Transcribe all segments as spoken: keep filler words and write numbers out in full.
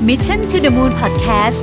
Mission to the Moon Podcast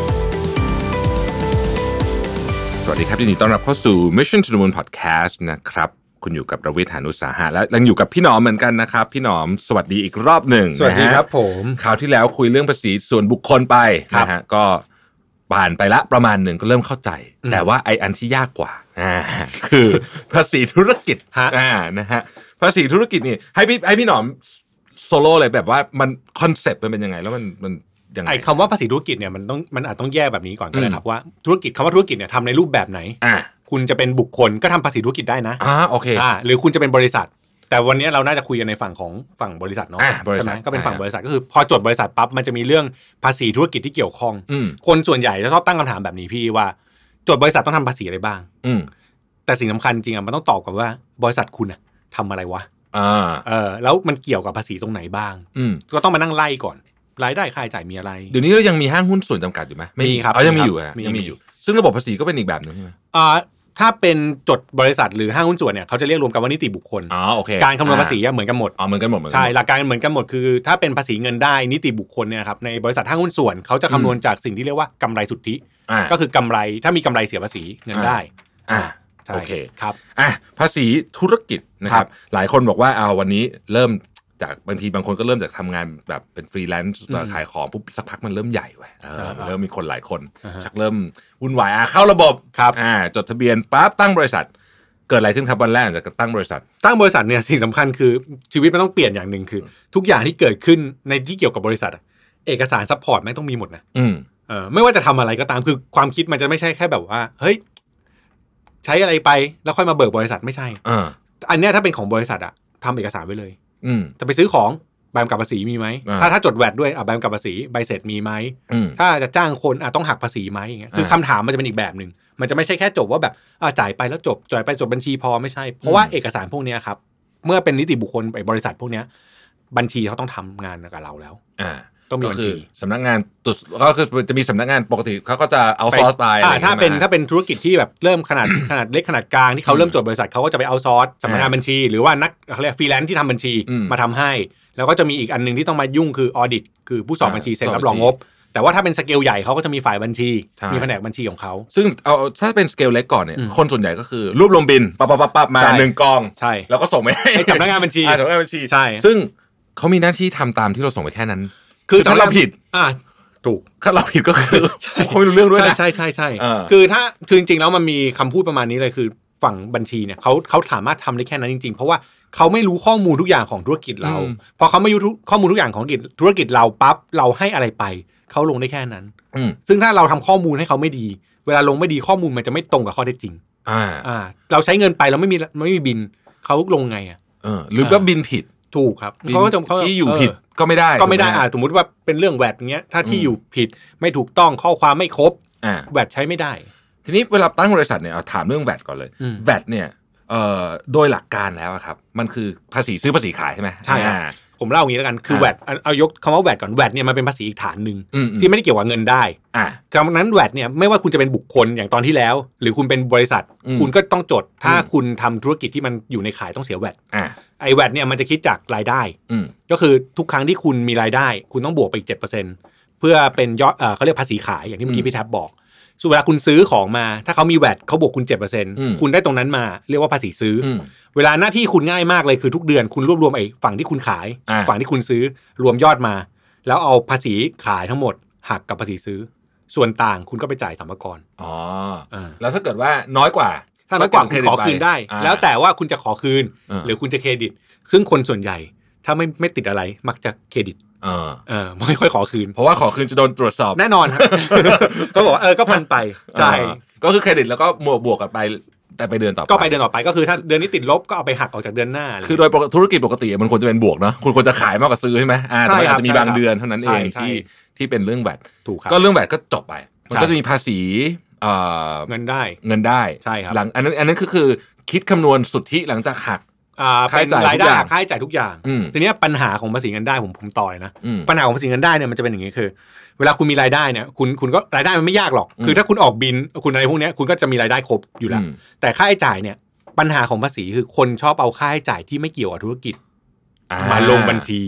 สวัสดีครับยินดีต้อนรับเข้าสู่ Mission to the Moon Podcast นะครับคุณอยู่กับประวิทย์ หาญอุตสาหะและยังอยู่กับพี่หนอมเหมือนกันนะครับพี่หนอมสวัสดีอีกรอบหนึ่งสวัสดีครับผมคราวที่แล้วคุยเรื่องภาษีส่วนบุคคลไปนะฮะก็ผ่านไปละประมาณหนึ่งก็เริ่มเข้าใจแต่ว่าไออันที่ยากกว่าอ่าคือภาษีธุรกิจอ่านะฮะภาษีธุรกิจนี่ให้พี่ให้พี่หนอมโซโล่เลยแบบว่ามันคอนเซ็ปต์มันเป็นยังไงแล้วมันมันยังไงไอ้คำว่าภาษีธุรกิจเนี่ยมันต้องมันอาจต้องแยกแบบนี้ก่อนก็ได้ครับว่าธุรกิจคำว่าธุรกิจเนี่ยทำในรูปแบบไหนอ่าคุณจะเป็นบุคคลก็ทำภาษีธุรกิจได้นะอ่าโอเคอ่าหรือคุณจะเป็นบริษัทแต่วันนี้เราน่าจะคุยกันในฝั่งของฝั่งบริษัทเนาะใช่ไหมก็เป็นฝั่งบริษัทก็คือพอจดบริษัทปั๊บมันจะมีเรื่องภาษีธุรกิจที่เกี่ยวข้องคนส่วนใหญ่จะชอบตั้งคำถามแบบนี้พี่ว่าจดบริษัทต้องทำภาษีอะไรบ้างแต่สิ่งสำคัญจริงอ่ะมันต้องตอบกับว่าบริษัทคุณอ่ะทำอะไรวะอ่าเออแล้วมันเกี่ยวกับภาษีตรงไหนบ้างก็ต้องมานั่งไล่ก่อนรายได้ค่าใช้จ่ายมีอะไรเดี๋ยวนี้เรายังมีห้างหุ้นส่วนจำกัดอยู่ไหมมีครับอ๋อยังมีอยู่อ่ะยังมีอยู่ซึ่งระบบภาษีก็เป็นอีกแบบนึงใช่ไหมอ่าถ้าเป็นจดบริษัทหรือห้างหุ้นส่วนเนี่ยเขาจะเรียกรวมกันว่านิติบุคคลอ๋อโอเคการคำนวณภาษีเหมือนกันหมดอ๋อเหมือนกันหมดใช่หลักการเหมือนกันหมดคือถ้าเป็นภาษีเงินได้นิติบุคคลเนี่ยครับในบริษัทห้างหุ้นส่วนเขาจะคำนวณจากสิ่งที่เรียกว่ากำไรสุทธิก็คือกำไรถ้ามีกำไรเสียภาษีเงินได้อ่าโอเคครับอ่ะภาษีธุรกิจนะครับหลายคนบอกว่าเอาวันนี้เริ่มจากบางทีบางคนก็เริ่มจากทำงานแบบเป็นฟรีแลนซ์ขายของปุ๊บสักพักมันเริ่มใหญ่ว่ะเออเริ่มมีคนหลายคนชักเริ่มวุ่นวายอ่ะเข้าระบบอ่าจดทะเบียนปั๊บตั้งบริษัทเกิดอะไรขึ้นครับวันแรกจากตั้งบริษัทตั้งบริษัทเนี่ยสิ่งสำคัญคือชีวิตมันต้องเปลี่ยนอย่างหนึ่งคือทุกอย่างที่เกิดขึ้นในที่เกี่ยวกับบริษัทเอกสารซัพพอร์ตไม่ต้องมีหมดนะอืมเออไม่ว่าจะทำอะไรก็ตามคือความคิดมันจะไม่ใช่แค่แบบว่าเฮ้ยใช้อะไรไปแล้วค่อยมาเบิกบริษัทไม่ใช่อ่าอันเนี้ยถ้าเป็นของบริษัทอะทำเอกสารไว้เลยอืมจะไปซื้อของใบกำกับภาษีมีไหมถ้าถ้าจดแวดด้วยอ่ะใบกำกับภาษีใบเสร็จมีไหมถ้าจะจ้างคนอ่ะต้องหักภาษีไหมอย่างเงี้ยคือคำถามมันจะเป็นอีกแบบนึงมันจะไม่ใช่แค่จบว่าแบบอ่ะจ่ายไปแล้วจบจ่ายไปจดบัญชีพอไม่ใช่เพราะว่าเอกสารพวกนี้ครับเมื่อเป็นนิติบุคคลไอ้บริษัทพวกนี้บัญชีเขาต้องทำงานกับเราแล้วอ่าต้องมีบัญชีสำนักงานตุสก็คือจะมีสำนักงานปกติเขาก็จะเอาซอร์สไปถ้าเป็นถ้าเป็นธุรกิจที่แบบเริ่มขนาดขนาดเล็กขนาดกลางที่เขาเริ่มจดบริษัทเขาก็จะไปเอาซอร์สสำนักงานบัญชีหรือว่านักเขาเรียกฟรีแลนซ์ที่ทำบัญชีมาทำให้แล้วก็จะมีอีกอันนึงที่ต้องมายุ่งคือออดิตคือผู้สอบบัญชีเซ็นรับรองงบแต่ว่าถ้าเป็นสเกลใหญ่เขาก็จะมีฝ่ายบัญชีมีแผนกบัญชีของเขาซึ่งเอาถ้าเป็นสเกลเล็กก่อนเนี่ยคนส่วนใหญ่ก็คือรวบรวมบินปั๊บปั๊บปั๊บมาหนึ่งกองใช่แล้วก็ส่งไปให้สำนักงานบัญชีสำนักงานบัญชีใช่ซึ่งเขามีหน้าที่ทำตามที่เราส่งไปแค่นั้นคือถ้าเราผิดอ่าถูกถ้าเราผิดก็คือเขาไม่รู้เรื่องด้วยนะใช่ใช่ใช่คือถ้าคือจริงๆแล้วมันมีคำพูดประมาณนี้เลยคือฝั่งบัญชีเนี่ยเขาเขาสามารถทำได้แค่นั้นจริงๆเพราะว่าเขาไม่รู้ข้อมูลทุกอย่างของธุรกิจเราพอเขาไม่รู้ข้อมูลทุกอย่างของธุรกิจเราปั๊บเราให้อะไรไปเขาลงได้แค่นั้นซึ่งถ้าเราทำข้อมูลให้เขาไม่ดีเวลาลงไม่ดีข้อมูลมันจะไม่ตรงกับข้อเท็จจริงอ่าอ่าเราใช้เงินไปเราไม่มีไม่มีบินเขาลงไงอ่ะเออหรือว่าบินผิดถูกครับเขาจะที่อยู่ผิดก็ไม่ได้ก็ไม่ได้อ่าสมมติว่าเป็นเรื่องแวดเงี้ยถ้าที่อยู่ผิดไม่ถูกต้องข้อความไม่ครบอ่าแวดใช้ไม่ได้ทีนี้เวลาตั้งบริษัทเนี่ยเอาถามเรื่องแวดก่อนเลยแวดเนี่ยเอ่อโดยหลักการแล้วครับมันคือภาษีซื้อภาษีขายใช่ไหมใช่ผมเล่าอย่างนี้แล้วกันคือแวดเอายกคำว่าแวดก่อนแวดเนี่ยมันเป็นภาษีอีกฐานหนึ่งที่ไม่ได้เกี่ยวกับเงินได้อ่าดังนั้นแวดเนี่ยไม่ว่าคุณจะเป็นบุคคลอย่างตอนที่แล้วหรือคุณเป็นบริษัทคุณก็ต้องจดถ้าคุณทำธุรกิจที่มันอยู่ในขายต้องเสียแวดอ่าไอ้แวดเนี่ยมันจะคิดจากรายได้ก็คือทุกครั้งที่คุณมีรายได้คุณต้องบวกไปอีก เจ็ดเปอร์เซ็นต์ เพื่อเป็นยอดเอ่อเขาเรียกภาษีขายอย่างที่เมื่อกี้พี่แท็บบอกส่วนเวลาคุณซื้อของมาถ้าเขามีแวดเขาบวกคุณ เจ็ดเปอร์เซ็นต์ คุณได้ตรงนั้นมาเรียกว่าภาษีซื้อเวลาหน้าที่คุณง่ายมากเลยคือทุกเดือนคุณรวบรวมไอ้ฝั่งที่คุณขายฝั่งที่คุณซื้อรวมยอดมาแล้วเอาภาษีขายทั้งหมดหักกับภาษีซื้อส่วนต่างคุณก็ไปจ่ายสรรพากรอ๋อแล้วถ้าเกิดว่าน้อยกว่าถ้าน้อยกว่าคุณขอคืนได้แล้วแต่ว่าคุณจะขอคืนหรือคุณจะเครดิตซึ่งคนส่วนใหญ่ถ้าไม่ไม่ติดอะไรมักจะเครดิตเออเออไม่ค่อยขอคืนเพราะว่าขอคืนจะโดนตรวจสอบแน่นอนครับก็บอกว่าเออก็พันไปใช่ก็คือเครดิตแล้วก็บวกบวกกันไปแต่ไปเดือนต่อไปก็ไปเดือนต่อไปก็คือถ้าเดือนนี้ติดลบก็เอาไปหักออกจากเดือนหน้าคือโดยธุรกิจปกติมันควรจะเป็นบวกเนาะคุณควรจะขายมากกว่าซื้อใช่ไหมอ่าแต่อาจจะมีบางเดือนเท่านั้นเองที่ที่เป็นเรื่องแวดก็เรื่องแวดก็จบไปมันก็จะมีภาษีเงินได้เงินได้ใช่ครับหลังอันนั้นอันนั้นก็คือคิดคำนวณสุทธิหลังจากหักค่าใช้จ่ายรายได้ค่าใช้จ่ายทุกอย่างทีนี้ปัญหาของภาษีเงินได้ผมผมต่อเลยนะปัญหาของภาษีเงินได้เนี่ยมันจะเป็นอย่างนี้คือเวลาคุณมีรายได้เนี่ยคุณคุณก็รายได้มันไม่ยากหรอกคือถ้าคุณออกบินคุณอะไรพวกนี้คุณก็จะมีรายได้ครบอยู่แล้วแต่ค่าใช้จ่ายเนี่ยปัญหาของภาษีคือคนชอบเอาค่าใช้จ่ายที่ไม่เกี่ยวกับธุรกิจมาลงบัญชี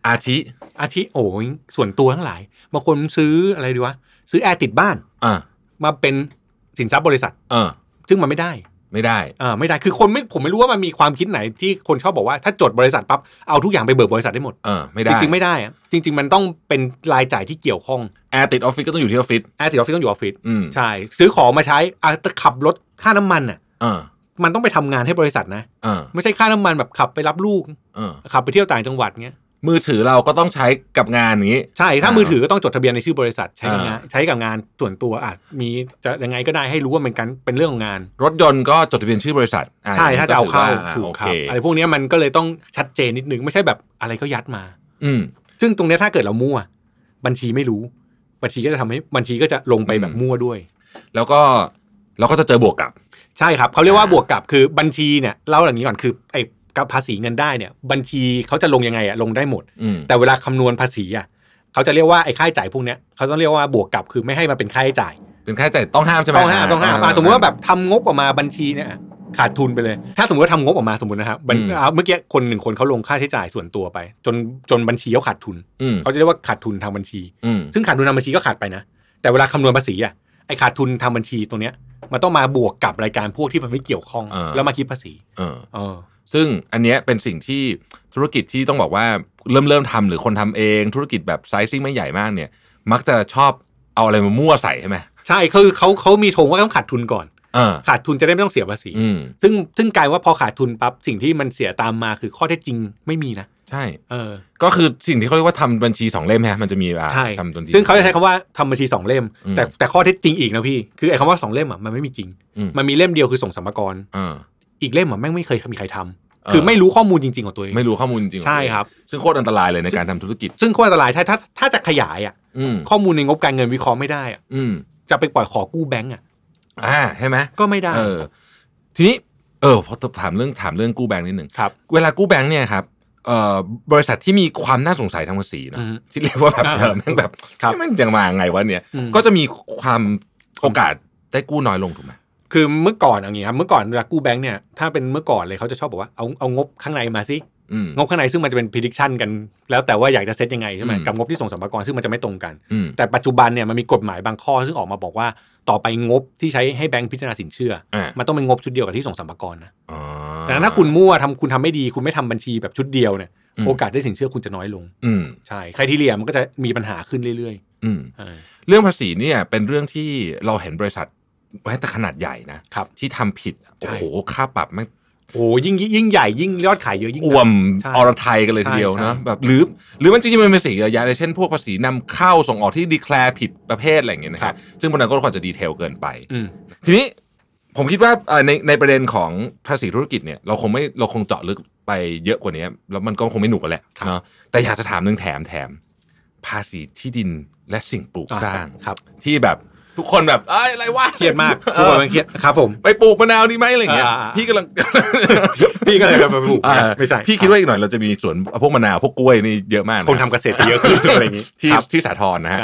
อาทิอาทิโอ้ยส่วนตัวทั้งหลายบางคนซื้ออะไรดีวะซื้อแอร์ติดบ้านอ่ามาเป็นสินทรัพย์บริษัทเออซึ่งมันไม่ได้ไม่ได้อ่าไม่ได้คือคนไม่ผมไม่รู้ว่ามันมีความคิดไหนที่คนชอบบอกว่าถ้าจดบริษัทปั๊บเอาทุกอย่างไปเบิกบริษัทได้หมดเออไม่ได้จริงๆไม่ได้อะจริงๆมันต้องเป็นรายจ่ายที่เกี่ยวข้องแอร์ติดออฟฟิศก็ต้องอยู่ที่ออฟฟิศแอร์ติดออฟฟิศต้องอยู่ออฟฟิศใช่ซื้อของมาใช้อ่ะขับรถค่าน้ำมันอ่ะมันต้องไปทำงานให้บริษัทนะไม่ใช่ค่าน้ำมันแบบขับไปรับลูกขับไปเที่ยวต่างจังหวัดเงี้ยมือถือเราก็ต้องใช้กับงานนี้ใช่ถ้ามือถือก็ต้องจดทะเบียนในชื่อบริษัทใช้งานใช้กับงานส่วนตัวอาจมีจะยังไงก็ได้ให้รู้ว่าเป็นการเป็นเรื่องของงานรถยนต์ก็จดทะเบียนชื่อบริษัทใช่ถ้าจะเอาเข้าถูกครับอะไรพวกนี้มันก็เลยต้องชัดเจนนิดนึงไม่ใช่แบบอะไรก็ยัดมาอืมซึ่งตรงนี้ถ้าเกิดเรามั่วบัญชีไม่รู้บัญชีก็จะทำให้บัญชีก็จะลงไปแบบมั่วด้วยแล้วก็เราก็จะเจอบวกกับใช่ครับเขาเรียกว่าบวกกับคือบัญชีเนี่ยเล่าอย่างนี้ก่อนคือไอ้กับภาษีเงินได้เนี่ยบัญชีเขาจะลงยังไงอะลงได้หมดแต่เวลาคำนวณภาษีอะเขาจะเรียกว่าไอ้ค่าใช้จ่ายพวกเนี้ยเขาต้องเรียกว่าบวกกับคือไม่ให้มาเป็นค่าใช้จ่ายเป็นค่าใช้จ่ายต้องห้ามใช่ไหมต้องห้ามต้องห้ามสมมติว่าแบบทำงบออกมาบัญชีเนี่ยขาดทุนไปเลยถ้าสมมติว่าทำงบออกมาสมมตินะครับเมื่อกี้คนหนึ่งคนเขาลงค่าใช้จ่ายส่วนตัวไปจนจนบัญชีเขาขาดทุนเขาจะเรียกว่าขาดทุนทางบัญชีซึ่งขาดทุนทางบัญชีก็ขาดไปนะแต่เวลาคำนวณภาษีอะไอ้ขาดทุนทางบัญชีตรงเนี้ยมันต้องมาบวกกับรายการพวกที่มันไม่เกี่ยวข้องแล้วมาคิดภาษีเออซึ่งอันเนี้ยเป็นสิ่งที่ธุรกิจที่ต้องบอกว่าเริ่มเริ่มทำหรือคนทำเองธุรกิจแบบไซซิ่งไม่ใหญ่มากเนี่ยมักจะชอบเอาอะไรมามั่วใส่ใช่ไหมใช่คือเขาเขามีธงว่าต้องขาดทุนก่อนขาดทุนจะได้ไม่ต้องเสียภาษีซึ่งซึ่งกลายว่าพอขาดทุนปั๊บสิ่งที่มันเสียตามมาคือข้อเท็จจริงไม่มีนะใช่เออก็คือสิ่งที่เขาเรียกว่าทำบัญชีสองเล่มฮะมันจะมีอ่าทำบัญชีซึ่งเขาจะใช้คำว่าทำบัญชีสองเล่มแต่แต่ข้อเท็จจริงอีกนะพี่คือไอ้คำว่าสองเล่มอ่ะมันไม่มีจริงมันมีเล่มเดียวคือส่งสรรพากรอีกเล่มอ่ะแม่งไม่เคยมีใครทำคือไม่รู้ข้อมูลจริงๆของตัวเองไม่รู้ข้อมูลจริงๆใช่ครับซึ่งโคตรอันตรายเลยในการทำธุรกิจซึ่งโคตรอันตรายถ้าถ้าถ้าจะขยายอ่ะข้อมูลในงบการเงินวิเคราะห์ไม่ได้อ่ะจะไปปล่อยขอกู้แบงก์อ่ะอ่าใช่ไหมก็ไม่ได้เออทีนี้เออพอถามเรื่องถามเรื่องกู้แบงก์นิดหนึ่งครับเวลากู้แบงก์เนี่ยครับเอ่อบริษัทที่มีความน่าสงสัยทางภาษีเนาะที่เรียกว่าแบบเออแม่งแบบมันยังมาไงวะเนี่ยก็จะมีความโอกาสได้กู้น้อยลงถูกไหมคือเมื่อก่อนอย่างงี้ครับเมื่อก่อนเวลากู้แบงก์เนี่ยถ้าเป็นเมื่อก่อนเลยเขาจะชอบบอกว่าเอาเอางบข้างในมาสิงบข้างในซึ่งมันจะเป็น prediction กันแล้วแต่ว่าอยากจะเซตยังไงใช่ไหมกับงบที่ส่งสรรพากรซึ่งมันจะไม่ตรงกันแต่ปัจจุบันเนี่ยมันมีกฎหมายบางข้อซึ่งออกมาบอกว่าต่อไปงบที่ใช้ให้แบงก์พิจารณาสินเชื่อมันต้องเป็นงบชุดเดียวกับที่ส่งสรรพากรนะดังนั้นถ้าคุณมั่วทำคุณทำไม่ดีคุณไม่ทำบัญชีแบบชุดเดียวเนี่ยโอกาสได้สินเชื่อคุณจะน้อยลงใช่ใครที่เรียมันก็จะมีปัญหาขึ้นเรื่อยๆเรื่องภาษีเนี่ยเป็นเรื่องที่เราเห็นบริษัทแม้แต่ขนาดใหญ่นะที่ทำผิดโอ้โหค่าปรับไม่โอ้ยิ่งยิ่งใหญ่ยิ่งยอดขายเยอะยิ่งอ่วมอรไทยกันเลยทีเดียวนะแบบหรือหรือมันจริงๆมันเป็นภาษีเยอะแยะเลยเช่นพวกภาษีนำเข้าส่งออกที่ดีแคลร์ผิดประเภทอะไรอย่างเงี้ยนะครับซึ่งพวกนั้นก็ควรจะดีเทลเกินไปทีนี้ผมคิดว่าในในประเด็นของภาษีธุรกิจเนี่ยเราคงไม่เราคงเจาะลึกไปเยอะกว่านี้แล้วมันก็คงไม่หนุกกันแหละเนาะแต่อยากจะถามนึงแถมแถมภาษีที่ดินและสิ่งปลูกสร้างที่แบบทุกคนแบบเอ้ยอะไรวะเครียดมากทุกคนเครียดครับผมไปปลูกมะนาวดีไหมอะไรเงี้ยพี่กำลังพี่ก็เลยไปปลูกไม่ใช่พี่คิดว่าอีกหน่อยเราจะมีสวนพวกมะนาวพวกกล้วยนี่เยอะมากคนทำเกษตรเยอะขึ้นอะไรอย่างงี้ที่ที่สาทรนะฮะ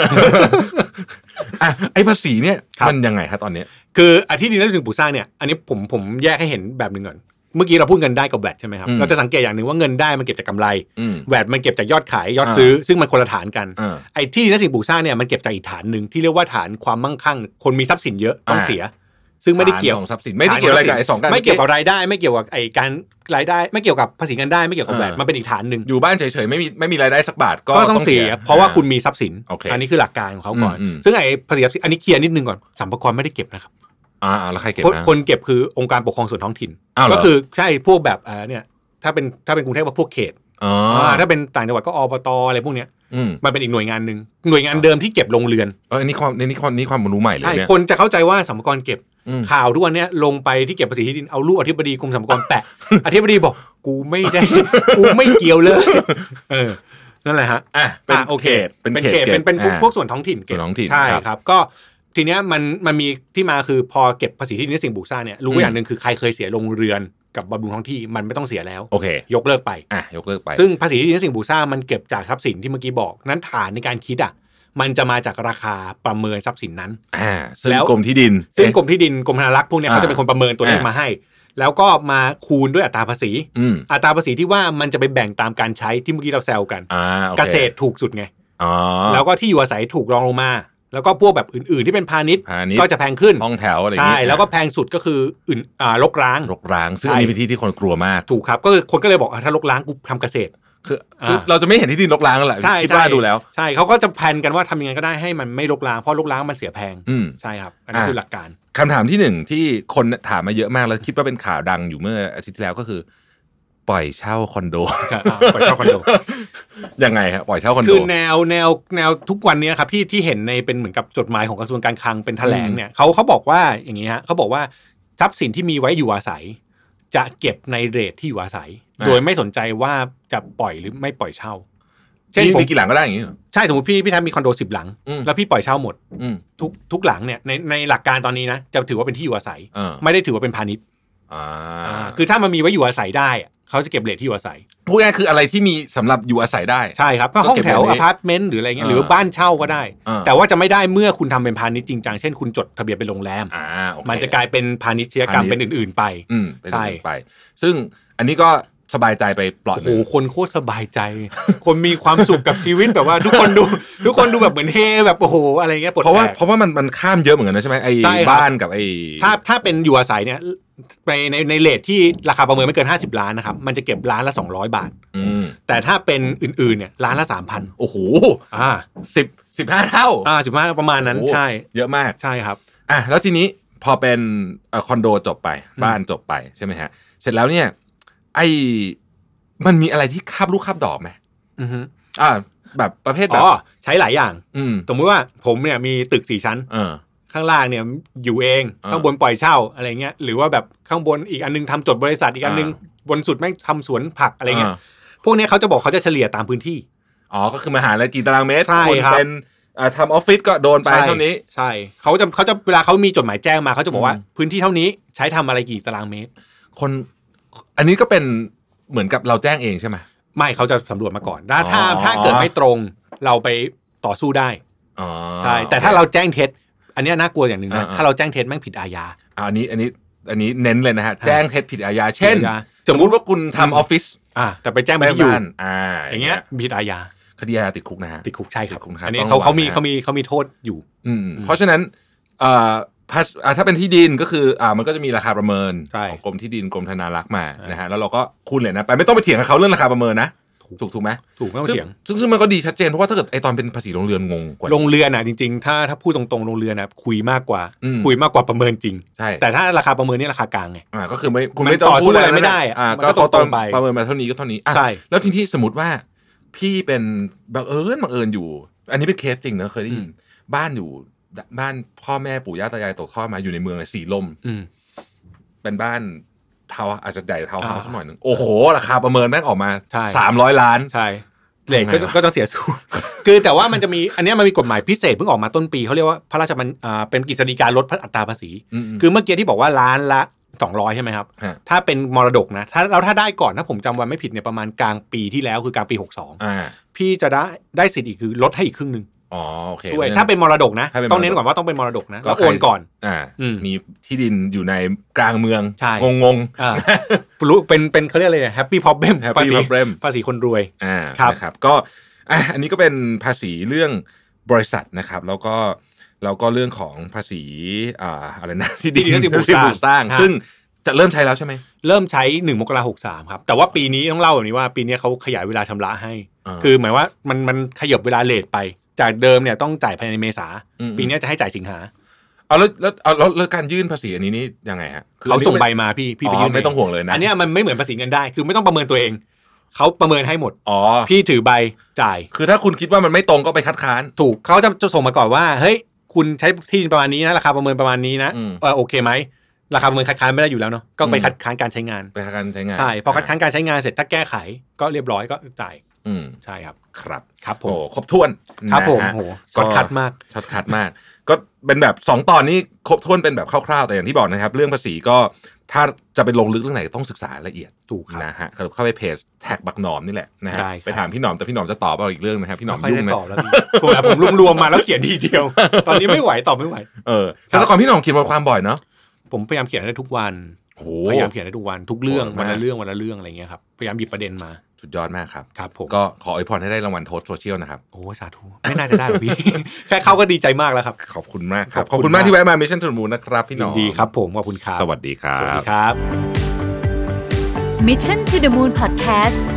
อ่ะไอ้ภาษีเนี่ยมันยังไงครับตอนนี้คืออาที่ดินและสิ่งปลูกสร้างเนี่ยอันนี้ผมผมแยกให้เห็นแบบนึงก่อนเมื่อกี้เราพูดเงินได้กับแวตใช่ไหมครับเราจะสังเกตอย่างหนึ่งว่าเงินได้มันเก็บจากกำไรแวตมันเก็บจากยอดขายยอดซื้อซึ่งมันคนละฐานกันไอ้ที่ดินและสิ่งปลูกสร้างเนี่ยมันเก็บจากอีกฐานหนึ่งที่เรียกว่าฐานความมั่งคั่งคนมีทรัพย์สินเยอะต้องเสียซึ่งไม่ได้เกี่ยวกับทรัพย์สินไม่ได้เกี่ยวอะไรกับไอ้สองกันไม่เกี่ยวกับรายได้ไม่เกี่ยวกับไอ้การรายได้ไม่เกี่ยวกับภาษีเงินได้ไม่เกี่ยวกับแวตมันเป็นอีกฐานหนึ่งอยู่บ้านเฉยๆไม่มีไม่มีรายได้สักบาทก็ต้องเสียเพราะว่าคุณมีทรัพย์สินอันนี้คือหลักการของเขาก่อนซึ่งไอ้ภาษีอันนี้เคลียร์นิดนึงก่อนสรรพากรไม่ได้เก็บนะครับอ่าแล้วใครเก็บนะคนเก็บคือองค์การปกครองส่วนท้องถิ่นก็คือใช่พวกแบบอ่าเนี่ยถ้าเป็นถ้าเป็นกรุงเทพว่าพวกเขตอ๋อถ้าเป็นต่างจังหวัดก็อบตอะไรพวกเนี้ยมันเป็นอีกหน่วยงานนึงหน่วยงานเดิมที่เก็บลงเรือนเอออันนี้ความนี่ความนี่ความรู้ใหม่เลยเนี่ยใช่คนจะเข้าใจว่าสรรพากรเก็บข่าวทุกวันนี้ลงไปที่เก็บภาษีที่ดินเอารูปอธิบดีกรมสรรพากรแปะอธิบดีบอกกูไม่ได้กูไม่เกี่ยวเลยเออนั่นแหละฮะอ่ะเป็นเขตเป็นเขตเป็นเป็นพวกส่วนท้องถิ่นเก็บใช่ครับก็ทีเนี้ยมันมันมีที่มาคือพอเก็บภาษีที่ดินและสิ่งปลูกสร้างเนี่ยรู้อย่างนึงคือใครเคยเสียลงเรือนกับบำรุงท้องที่มันไม่ต้องเสียแล้วโอเคยกเลิกไปอ่ะยกเลิกไปซึ่งภาษีที่ดินและสิ่งปลูกสร้างมันเก็บจากทรัพย์สินที่เมื่อกี้บอกนั้นฐานในการคิดอ่ะมันจะมาจากราคาประเมินทรัพย์สินนั้นอ่าซึ่งกรมที่ดินซึ่งกรมที่ดินกรมธนารักษ์พวกนี้เขาจะเป็นคนประเมินตัวเลขมาให้แล้วก็มาคูณด้วยอัตราภาษีอืมอัตราภาษีที่ว่ามันจะไปแบ่งตามการใช้ที่เมื่อกี้เราแซวกันอ่าโอเคเกษตรถูกสุดไงอ๋อแล้วก็ที่อยู่อาศัยถูกรองลงมาแล้วก็พวกแบบอื่นๆที่เป็นพาณิชย์พาณิชย์ก็จะแพงขึ้นห้องแถวอะไรอย่างใช่เงี้ยแล้วก็แพงสุดก็คืออื่นอ่ารกร้างรกร้างซึ่งใช่อันนี้เป็นที่ที่คนกลัวมากถูกครับก็คือคนก็เลยบอกอ่ะถ้ารกร้างกูทำเกษตรคือคือเราจะไม่เห็นที่ดินรกร้างกันแหละใช่คิดว่าใช่ดูแล้วใช่เขาก็จะแพลนกันว่าทำยังไงก็ได้ให้มันไม่รกร้างเพราะรกร้างมันเสียแพงอืมใช่ครับอันนี้อ่าคือหลักการคำถามที่หนึ่งที่คนถามมาเยอะมากแล้วคิดว่าเป็นข่าวดังอยู่เมื่ออาทิตย์ที่แล้วก็คือ ปล่อยเช่าคอนโดอ่าปล่อยเช่าคอนโดยังไงครับปล่อยเช่าคอนโดคือแนวแนวแนวทุกวันนี้ครับที่ที่เห็นในเป็นเหมือนกับจดหมายของกระทรวงการคลังเป็นแถลงเนี่ยเขาเขาบอกว่าอย่างนี้ฮะเขาบอกว่าทรัพย์สินที่มีไว้อยู่อาศัย จะเก็บในเรทที่อยู่อาศัยอ่าโดยไม่สนใจว่าจะปล่อยหรือไม่ปล่อยเช่า เช่นมีผมมีกี่หลังก็ได้อย่างนี้เหรอใช่สมมติพี่พี่ทำมีคอนโดสิบหลังอืมแล้วพี่ปล่อยเช่าหมดอืมทุกทุกหลังเนี่ยในในหลักการตอนนี้นะจะถือว่าเป็นที่อยู่อาศัยเออไม่ได้ถือว่าเป็นพาณิชย์อ่าอ่าคือถ้ามันมีไว้อยู่อาศัยได้อะเขาจะเก็บเรทที่อยู่อาศัยพูดง่ายๆคืออะไรที่มีสำหรับอยู่อาศัยได้ใช่ครับก็ห้องแถวก็เก็บไว้อพาร์ตเมนต์หรืออะไรเงี้ยเออหรือบ้านเช่าก็ได้เออแต่ว่าจะไม่ได้เมื่อคุณทำเป็นพาณิชย์จริงจังเช่นคุณจดทะเบียนเป็นโรงแรมอ่าโอเคมันจะกลายเป็นพาณิชยกรรมพาณิชย์เป็นอื่นๆไปอืมเป็นใช่อย่างอื่นไป ซึ่งอันนี้ก็สบายใจไปเปลอดโอ้หโหนึ่งคนโคตรสบายใจ คนมีความสุขกับชีวิตแบบว่าทุกคนดู ทุกคนดูแบบเหมือนเฮแบบโอ้โหอะไรเงี้ยปลดเพราะว่าแอกเพราะว่ามันมันข้ามเยอะเหมือนกันนะใช่ไหมไอ้ใช่ครับบ้านกับไอ้ถ้าถ้าเป็นอยู่อาศัยเนี่ยในในในเรทที่ราคาประเมินไม่เกินห้าสิบล้านนะครับมันจะเก็บล้านละสองร้อยบาทอืมแต่ถ้าเป็นอื่นๆเนี่ยล้านละสามพันโอ้โหอ่าสิบสิบห้าเท่าอ่าสิบห้าประมาณนั้นโอ้โหใช่เยอะมากใช่ครับอ่ะแล้วทีนี้พอเป็นเอ่อคอนโดจบไปบ้านจบไปใช่ไหมฮะเสร็จแล้วเนี่ยไอ้มันมีอะไรที่คาบลูกคาบดอกไหมอือฮึอ่าแบบประเภทแบอ๋บอใช้หลายอย่างอืมสมมติว่าผมเนี่ยมีตึกสี่ชั้นเออข้างล่างเนี่ยอยู่เองอ่าข้างบนปล่อยเช่าอะไรเงี้ยหรือว่าแบบข้างบนอีกอันนึงทำจดบริษัทอีกอันนึงอ่บนสุดแม่งทำสวนผักอะไรเงี้ยาพวกเนี้ยเขาจะบอกเขาจะเฉลี่ยตามพื้นที่อ๋อก็คือมหาลัยกี่ตารางเมตรใช่คุณครับเป็นอ่าทำออฟฟิศก็โดนไปใช่เท่านี้ใช่เขาจะเขาจะเวลาเขามีจดหมายแจ้งมาเขาจะบอกว่าอืมพื้นที่เท่านี้ใช้ทำอะไรกี่ตารางเมตรคนอันนี้ก็เป็นเหมือนกับเราแจ้งเองใช่ไหมไม่เขาจะสำรวจมาก่อนถ้าอ๋อถ้าถ้าเกิดไม่ตรงเราไปต่อสู้ได้อ๋อใช่แต่ถ้าเราแจ้งเท็จอันเนี้ยน่ากลัวอย่างหนึ่งนะอ่าๆถ้าเราแจ้งเท็จแม่งผิดอาญาอ่าอันนี้อันนี้อันนี้เน้นเลยนะฮะแจ้งเท็จผิดอาญาเช่นผิดอาญาสมมุติว่าคุณทำออฟฟิศอ่าแต่ไปแจ้งไปไปที่อยู่บ้านอ่าอย่างเงี้ยผิดอาญาคดีอาญาติดคุกนะฮะติดคุกใช่ครับติดคุกนะครับอันนี้ต้องเขาเขามีระวังนะเขามีเขามีโทษอยู่อืมเพราะฉะนั้นเอ่อภาษอ่าถ้าเป็นที่ดินก็คืออ่ามันก็จะมีราคาประเมินใช่ของกรมที่ดินกรมธนารักษ์มาใช่นะฮะแล้วเราก็คูณเลยนะไปไม่ต้องไปเถียงกับเขาเรื่องราคาประเมินนะถูกถูกไหมถูกไม่ต้องซึ่งเถียงซึ่งซึ่งมันก็ดีชัดเจนเพราะว่าถ้าเกิดไอตอนเป็นภาษีโรงเรือนงงกว่าโรงเรือนอ่ะจริงๆ ถ้าถ้าพูดตรงๆโรงเรือนอ่ะคุยมากกว่าอืมคุยมากกว่าประเมินจริงใช่แต่ถ้าราคาประเมินนี่ราคากลางไงอ่าก็คือไม่คุณมันไม่ต้องต่อสู้พูดอะไรไม่นได้อะอ่ามันก็ก็เขาตตรอนงๆไปประเมินมาเท่านี้ก็เท่านี้อ่ะใช่แล้วทีนี้สมมติว่าพี่เป็นบังเอิญบังเอิญอยู่ อันนี้เป็นเคสจริงนะเคยได้ยินบ้านอยู่บ้านพ่อแม่ปู่ย่าตายายตกทอดมาอยู่ในเมืองเลยสีลมอืมเป็นบ้านเทาอาจจะใหญ่เทาเฮาส์อ่าสักหน่อยหนึ่งโอ้โหราคาประเมินแม่งออกมาใช่สามร้อยล้านใช่เลทก็ทำไงวะก็ต้องเสียสูง คือแต่ว่ามันจะมีอันเนี้ยมันมีกฎหมายพิเศษเพิ่งออกมาต้นปีเขาเรียกว่าพระราชบัญอ่าเป็นกฤษฎีกาลดอัตราภาษีอืมๆคือเมื่อกี้ที่บอกว่าล้านละสองร้อยใช่ไหมครับฮะถ้าเป็นมรดกนะถ้าเราถ้าได้ก่อนถ้าผมจำวันไม่ผิดเนี่ยประมาณกลางปีที่แล้วคือกลางปีหกสิบสองอ่าพี่จะได้ได้สิทธิ์อีกคือลดให้อีกครึ่งนึงอ๋อโอเคช่วยพระฉะถ้าเป็นมรดกนะถ้าเป็นต้องเน้มรนดกก่อนว่าต้องเป็นมรดกนะก็แล้วใครโอนก่อนอ่าอืมมีที่ดินอยู่ในกลางเมืองใช่งงงอ่ารู้เป็นเป็นเขาเรียกอะไรเนี่ยแฮปปี้พอ b เบม Happy ภาษี problem ภาษีคนรวยอ่าครับนะครับก็อ่ะอันนี้ก็เป็นภาษีเรื่องบริษัทนะครับ แล้วก็แล้วก็เรื่องของภาษีอ่าอะไรนะที่ดินที่ดินและสิ่งปลูกสร้างสร้างฮะซึ่งจะเริ่มใช้แล้วใช่ไหมเริ่มใช้หนึ่งมกราหกสามครับแต่ว่าปีนี้ต้องเล่าแบบนี้ว่าปีนี้เขาขยายเวลาชำระให้อ่าคือหมายว่ามันมันขยับเวลาเลทไป จากเดิมเนี่ยต้องจ่ายภายในเมษาอืมปีนี้จะให้จ่ายสิงหาเอาแล้วแล้วเอาแล้วแล้วการยื่นภาษีอันนี้นี่ยังไงฮะคือเขาอันนี้ส่งไม่ใบมาพี่พี่ไปอ๋อยื่นไม่ต้องห่วงเลยนะอันเนี้ยมันไม่เหมือนภาษีเงินได้คือไม่ต้องประเมินตัวเองเขาประเมินให้หมดอ๋อพี่ถือใบจ่ายคือถ้าคุณคิดว่ามันไม่ตรงก็ไปคัดค้านถูกเขาจะจะส่งมาก่อนว่าเฮ้ยคุณใช้ที่ดินประมาณนี้นะราคาประเมินประมาณนี้นะอืมเออโอเคไหมราคาประเมินคัดค้านไม่ได้อยู่แล้วเนาะก็ไปคัดค้านการใช้งานไปคัดค้านใช้งานใช่พอคัดค้านการใช้งานเสร็จถ้าแก้ไขก็เรียบร้อยก็จ่ายอืมใช่ครับครับครับผโอ้มครบถ้วนครับผมนะฮะโหช็อตคัดมากช็อตคัดมาก ก็เป็นแบบสองตอนนี้ครบถ้วนเป็นแบบคร่าวๆแต่อย่างที่บอกนะครับ เรื่องภาษีก็ถ้าจะไปลงลึกเรื่องไหนต้องศึกษาละเอียดถูกครับนะฮะเข้าไปเพจแท็กบักหนอมนี่แหละนะฮะได้ครับไปถามพี่หนอมแต่พี่หนอมจะตอบเอาอีกเรื่องนะครับพี่หนอมไม่ค่อยยุ่งได้นะตอบแล้วพี่ผมอะผมรวมๆมาแล้วเขียนทีเดียว ตอนนี้ไม่ไหวตอบไม่ไหวเออแต่ก่อนพี่หนอมเขียนบทความบ่อยเนาะผมพยายามเขียนได้ทุกวันพยายามเขียนให้ทุกวันทุกเรื่องวันละเรื่องวันละเรื่องอะไรเงี้ยครับพยายามหยิบประเด็นมาสุดยอดมากครับครับผมก็ขออวยพรให้ได้รางวัลโทสต์โซเชียลนะครับโอ้สาธุไม่น่าจะได้หรอกพี่ แค่เข้าก็ดีใจมากแล้วครับขอบคุณมากครับขอบคุณมากที่แวะมา Mission to the Moon นะครับพี่หนอมดีครับผมขอบคุณครับสวัสดีครับสวัสดีครับ Mission to the Moon Podcast